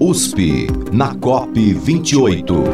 USP, na COP28.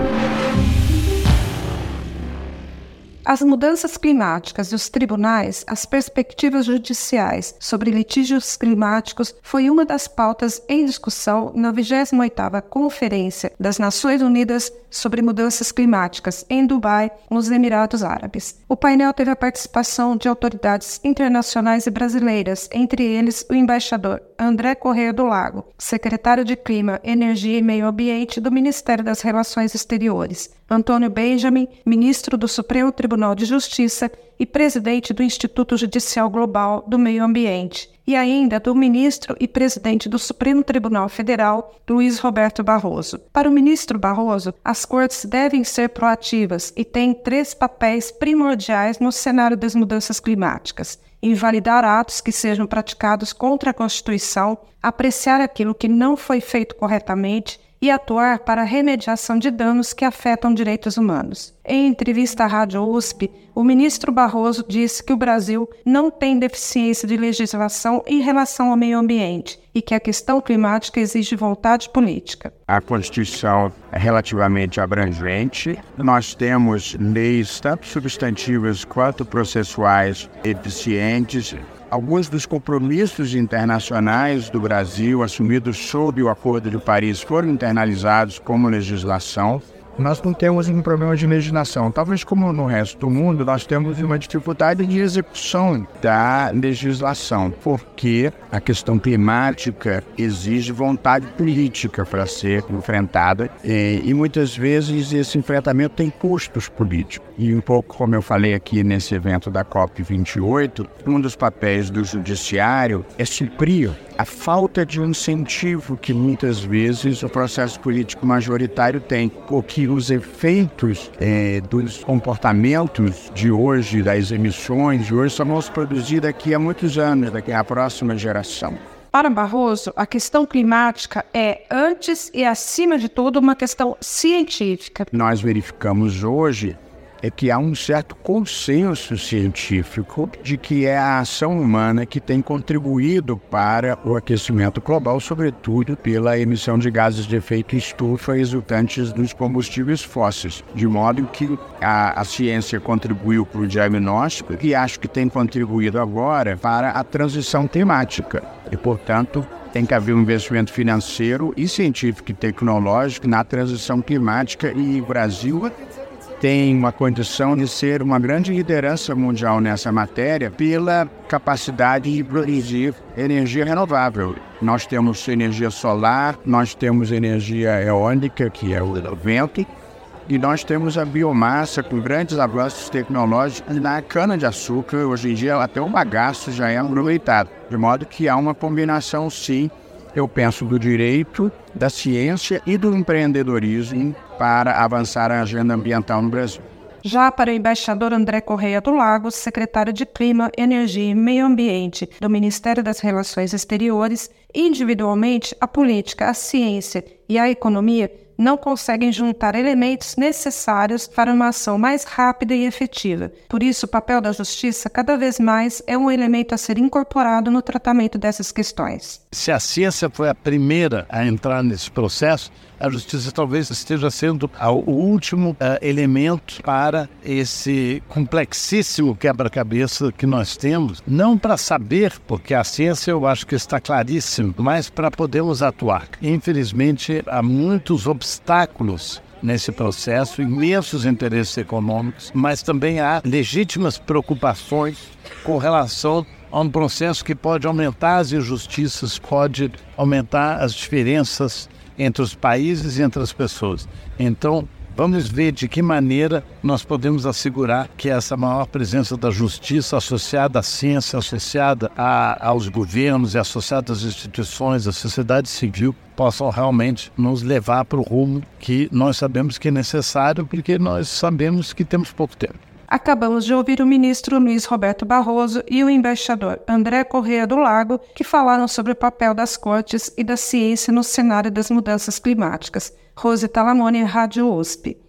As mudanças climáticas e os tribunais, as perspectivas judiciais sobre litígios climáticos foi uma das pautas em discussão na 28ª Conferência das Nações Unidas sobre Mudanças Climáticas, em Dubai, nos Emirados Árabes. O painel teve a participação de autoridades internacionais e brasileiras, entre eles o embaixador André Corrêa do Lago, secretário de Clima, Energia e Meio Ambiente do Ministério das Relações Exteriores, Antônio Benjamin, ministro do Supremo Tribunal de Justiça e presidente do Instituto Judicial Global do Meio Ambiente, e ainda do ministro e presidente do Supremo Tribunal Federal, Luiz Roberto Barroso. Para o ministro Barroso, as cortes devem ser proativas e têm 3 papéis primordiais no cenário das mudanças climáticas: invalidar atos que sejam praticados contra a Constituição, apreciar aquilo que não foi feito corretamente e atuar para a remediação de danos que afetam direitos humanos. Em entrevista à Rádio USP, o ministro Barroso disse que o Brasil não tem deficiência de legislação em relação ao meio ambiente e que a questão climática exige vontade política. A Constituição é relativamente abrangente. Nós temos leis tanto substantivas quanto processuais eficientes. Alguns dos compromissos internacionais do Brasil assumidos sob o Acordo de Paris foram internalizados como legislação. Nós não temos um problema de legislação. Talvez como no resto do mundo, nós temos uma dificuldade de execução da legislação, porque a questão climática exige vontade política para ser enfrentada e muitas vezes esse enfrentamento tem custos políticos. E um pouco como eu falei aqui nesse evento da COP28, um dos papéis do judiciário é suprir a falta de um incentivo que muitas vezes o processo político majoritário tem, porque os efeitos dos comportamentos de hoje, das emissões de hoje, só vão se produzir daqui a muitos anos, daqui à próxima geração. Para Barroso, a questão climática é, antes e acima de tudo, uma questão científica. Nós verificamos hoje que há um certo consenso científico de que é a ação humana que tem contribuído para o aquecimento global, sobretudo pela emissão de gases de efeito estufa resultantes dos combustíveis fósseis. De modo que a ciência contribuiu para o diagnóstico e acho que tem contribuído agora para a transição climática. E, portanto, tem que haver um investimento financeiro e científico e tecnológico na transição climática, e o Brasil tem uma condição de ser uma grande liderança mundial nessa matéria pela capacidade de produzir energia renovável. Nós temos energia solar, nós temos energia eólica, que é o vento, e nós temos a biomassa com grandes avanços tecnológicos na cana-de-açúcar. Hoje em dia até o bagaço já é aproveitado, de modo que há uma combinação, sim, eu penso, do direito, da ciência e do empreendedorismo para avançar a agenda ambiental no Brasil. Já para o embaixador André Corrêa do Lago, secretário de Clima, Energia e Meio Ambiente do Ministério das Relações Exteriores, individualmente, a política, a ciência e a economia não conseguem juntar elementos necessários para uma ação mais rápida e efetiva. Por isso, o papel da justiça, cada vez mais, é um elemento a ser incorporado no tratamento dessas questões. Se a ciência foi a primeira a entrar nesse processo, a justiça talvez esteja sendo o último elemento para esse complexíssimo quebra-cabeça que nós temos, não para saber, porque a ciência eu acho que está claríssimo, mas para podermos atuar. Infelizmente, há muitos obstáculos nesse processo, imensos interesses econômicos, mas também há legítimas preocupações com relação a um processo que pode aumentar as injustiças, pode aumentar as diferenças entre os países e entre as pessoas. Então, vamos ver de que maneira nós podemos assegurar que essa maior presença da justiça associada à ciência, associada aos governos e associada às instituições, à sociedade civil, possam realmente nos levar para o rumo que nós sabemos que é necessário, porque nós sabemos que temos pouco tempo. Acabamos de ouvir o ministro Luiz Roberto Barroso e o embaixador André Corrêa do Lago, que falaram sobre o papel das cortes e da ciência no cenário das mudanças climáticas. Rose Talamone, Rádio USP.